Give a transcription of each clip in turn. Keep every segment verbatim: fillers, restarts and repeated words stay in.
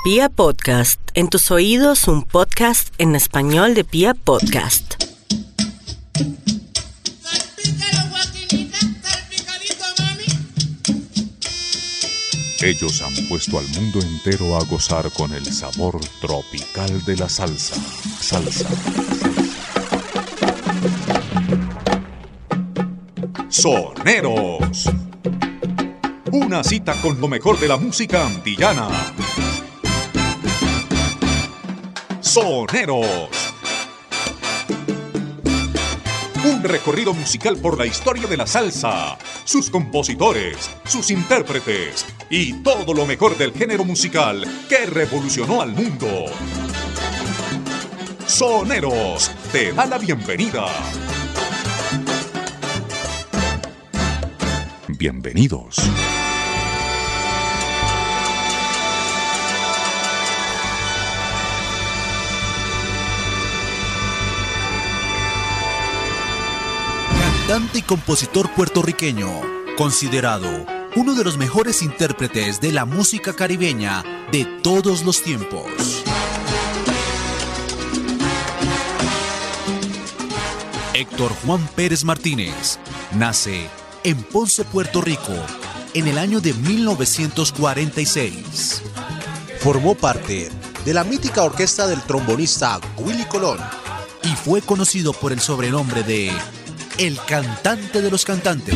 Pia Podcast, en tus oídos un podcast en español de Pia Podcast. Ellos han puesto al mundo entero a gozar con el sabor tropical de la salsa. Salsa. Soneros. Una cita con lo mejor de la música antillana. Soneros. Un recorrido musical por la historia de la salsa, sus compositores, sus intérpretes y todo lo mejor del género musical que revolucionó al mundo. Soneros te da la bienvenida. Bienvenidos. Cantante y compositor puertorriqueño, considerado uno de los mejores intérpretes de la música caribeña de todos los tiempos. Héctor Juan Pérez Martínez nace en Ponce, Puerto Rico, en el año de mil novecientos cuarenta y seis. Formó parte de la mítica orquesta del trombonista Willie Colón y fue conocido por el sobrenombre de El Cantante de los Cantantes.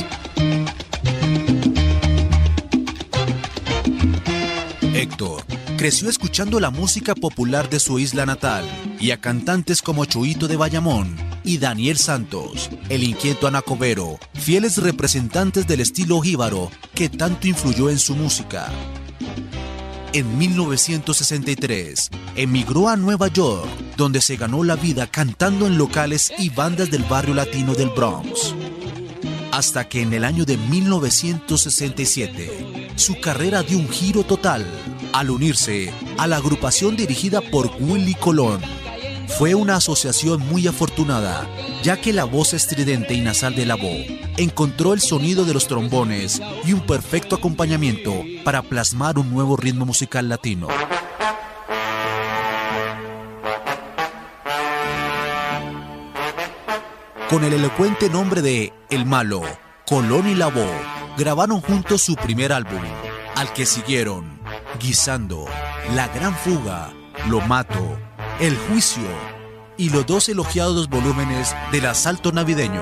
Héctor creció escuchando la música popular de su isla natal y a cantantes como Chuito de Bayamón y Daniel Santos, el inquieto Anacobero, fieles representantes del estilo jíbaro que tanto influyó en su música. En mil novecientos sesenta y tres, emigró a Nueva York, donde se ganó la vida cantando en locales y bandas del barrio latino del Bronx. Hasta que en el año de mil novecientos sesenta y siete, su carrera dio un giro total al unirse a la agrupación dirigida por Willie Colón. Fue una asociación muy afortunada, ya que la voz estridente y nasal de Lavoe encontró el sonido de los trombones y un perfecto acompañamiento para plasmar un nuevo ritmo musical latino. Con el elocuente nombre de El Malo, Colón y Lavoe grabaron juntos su primer álbum, al que siguieron Guisando, La Gran Fuga, Lo Mato, El Juicio y los dos elogiados volúmenes del Asalto Navideño.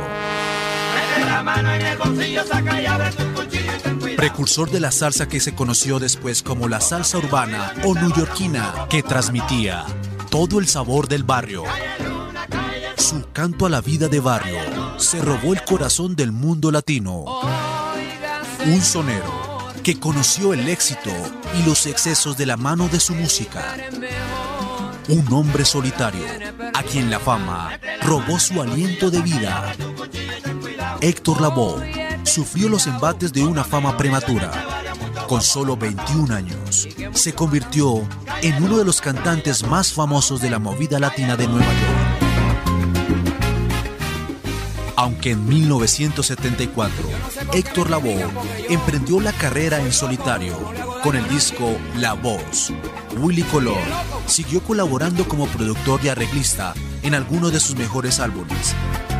Precursor de la salsa que se conoció después como la salsa urbana o neoyorquina, que transmitía todo el sabor del barrio. Su canto a la vida de barrio se robó el corazón del mundo latino. Un sonero que conoció el éxito y los excesos de la mano de su música. Un hombre solitario, a quien la fama robó su aliento de vida. Héctor Lavoe sufrió los embates de una fama prematura. Con solo veintiún años, se convirtió en uno de los cantantes más famosos de la movida latina de Nueva York. Aunque en mil novecientos setenta y cuatro, Héctor Lavoe emprendió la carrera en solitario con el disco La Voz, Willie Colón siguió colaborando como productor y arreglista en algunos de sus mejores álbumes.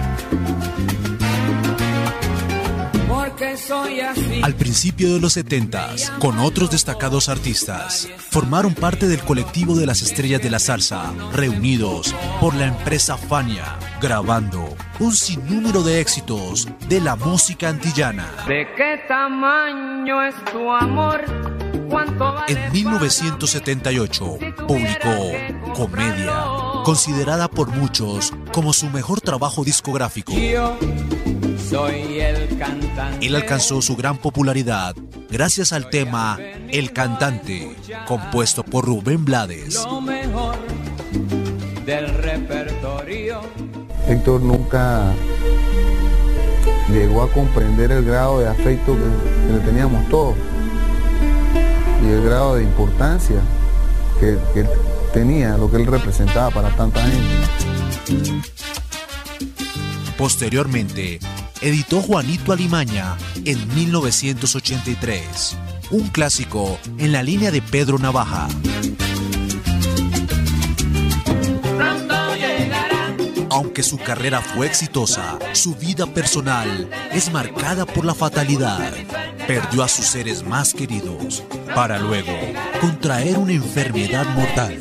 Al principio de los setentas, con otros destacados artistas, formaron parte del colectivo de las estrellas de la salsa, reunidos por la empresa Fania, grabando un sinnúmero de éxitos de la música antillana. ¿De qué tamaño es tu amor? En mil novecientos setenta y ocho publicó Comedia, considerada por muchos como su mejor trabajo discográfico. Yo soy el cantante. Él alcanzó su gran popularidad gracias al tema El Cantante, compuesto por Rubén Blades. Lo mejor del repertorio. Héctor nunca llegó a comprender el grado de afecto que, que le teníamos todos y el grado de importancia que, que tenía, lo que él representaba para tanta gente. Posteriormente, editó Juanito Alimaña en mil novecientos ochenta y tres, un clásico en la línea de Pedro Navaja. Aunque su carrera fue exitosa, su vida personal es marcada por la fatalidad. Perdió a sus seres más queridos para luego contraer una enfermedad mortal.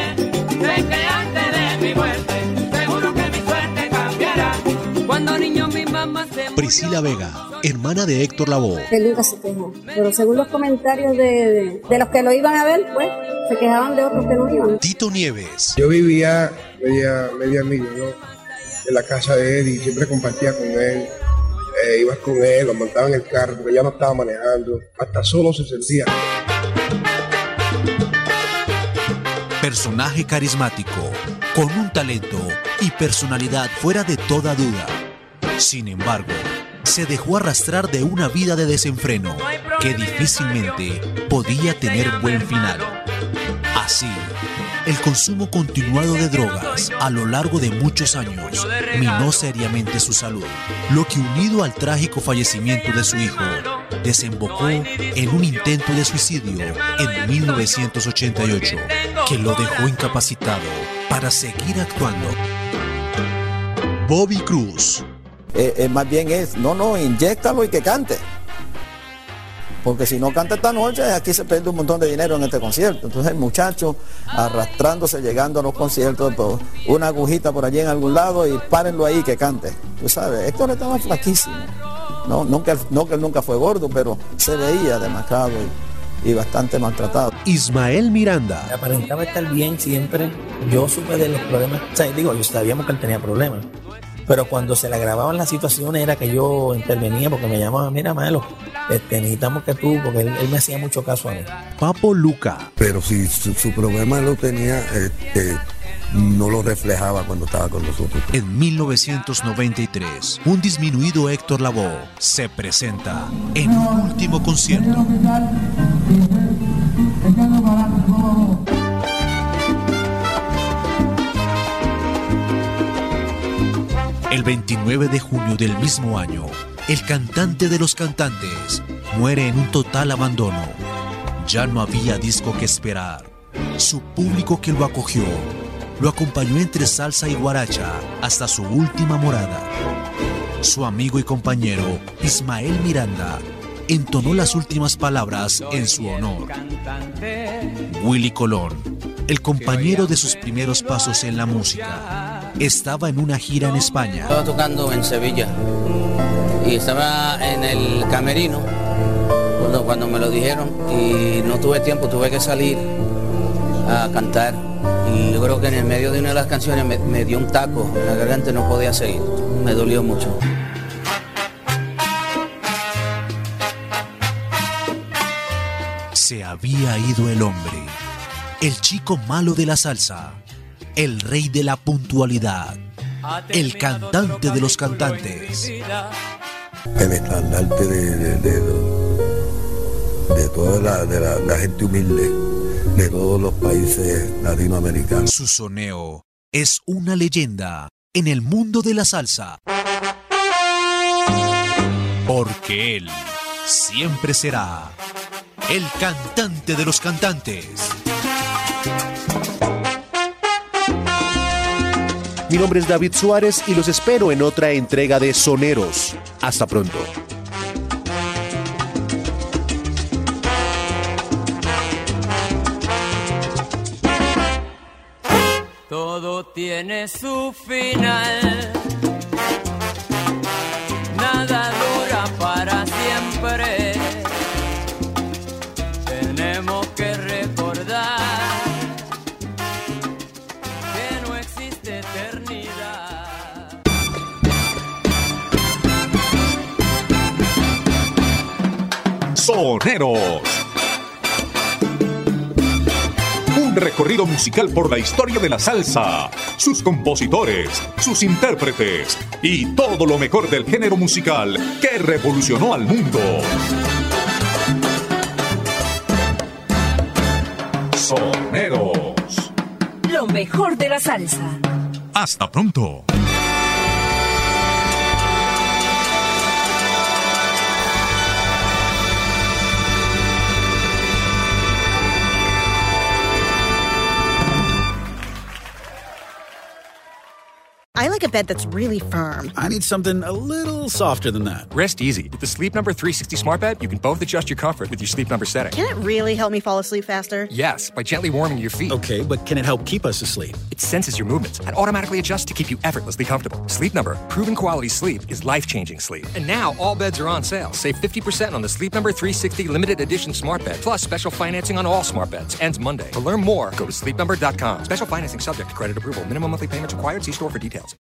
Priscila Vega, hermana de Héctor Lavoe. Él nunca se quejó, pero según los comentarios de, de, de los que lo iban a ver, pues se quejaban de otros que no iban. Tito Nieves. Yo vivía media, media milla, ¿no?, en la casa de él y siempre compartía con él. Eh, ibas con él, lo montaba en el carro porque ya no estaba manejando, hasta solo se sentía. Personaje carismático, con un talento y personalidad fuera de toda duda. Sin embargo, se dejó arrastrar de una vida de desenfreno que difícilmente podía tener buen final. Así, el consumo continuado de drogas a lo largo de muchos años minó seriamente su salud, lo que, unido al trágico fallecimiento de su hijo, desembocó en un intento de suicidio en mil novecientos ochenta y ocho que lo dejó incapacitado para seguir actuando. Bobby Cruz. Eh, eh, más bien es, no, no, inyéctalo y que cante. Porque si no canta esta noche, aquí se pierde un montón de dinero en este concierto. Entonces el muchacho arrastrándose, llegando a los conciertos, pues, una agujita por allí en algún lado y párenlo ahí que cante. Tú sabes, Héctor estaba flaquísimo. No, nunca, no que él nunca fue gordo, pero se veía demacrado y, y bastante maltratado. Ismael Miranda. Aparentaba estar bien siempre. Yo supe de los problemas, o sea, digo, yo sabíamos que él tenía problemas. Pero cuando se le agravaban las situaciones era que yo intervenía porque me llamaban, mira, Melo, este, necesitamos que tú, porque él, él me hacía mucho caso a mí. Papo Luca. Pero si su, su problema lo tenía, este, no lo reflejaba cuando estaba con nosotros. En mil novecientos noventa y tres, un disminuido Héctor Lavoe se presenta en un último concierto. El veintinueve de junio del mismo año, el cantante de los cantantes muere en un total abandono. Ya no había disco que esperar. Su público que lo acogió, lo acompañó entre salsa y guaracha hasta su última morada. Su amigo y compañero, Ismael Miranda, entonó las últimas palabras en su honor. Willy Colón, el compañero de sus primeros pasos en la música, estaba en una gira en España. Estaba tocando en Sevilla y estaba en el camerino cuando, cuando me lo dijeron y no tuve tiempo, tuve que salir a cantar y yo creo que en el medio de una de las canciones me, me dio un taco en la garganta y no podía seguir, me dolió mucho. Se había ido el hombre, el chico malo de la salsa, el rey de la puntualidad, el cantante de los cantantes. El estandarte de, de, de, de toda la, de la, la gente humilde de todos los países latinoamericanos. Su soneo es una leyenda en el mundo de la salsa, porque él siempre será el cantante de los cantantes. Mi nombre es David Suárez y los espero en otra entrega de Soneros. Hasta pronto. Todo tiene su final. Nada dura para siempre. Tenemos que recordar que no existe eternidad. Soneros. Un recorrido musical por la historia de la salsa, sus compositores, sus intérpretes y todo lo mejor del género musical que revolucionó al mundo. Soneros. Lo mejor de la salsa. Hasta pronto. I like a bed that's really firm. I need something a little softer than that. Rest easy. With the Sleep Number three sixty Smart Bed, you can both adjust your comfort with your Sleep Number setting. Can it really help me fall asleep faster? Yes, by gently warming your feet. Okay, but can it help keep us asleep? It senses your movements and automatically adjusts to keep you effortlessly comfortable. Sleep Number, proven quality sleep is life-changing sleep. And now all beds are on sale. Save fifty percent on the Sleep Number three sixty Limited Edition Smart Bed, plus special financing on all smart beds. Ends Monday. To learn more, go to sleep number dot com. Special financing subject to credit approval. Minimum monthly payments required. See store for details.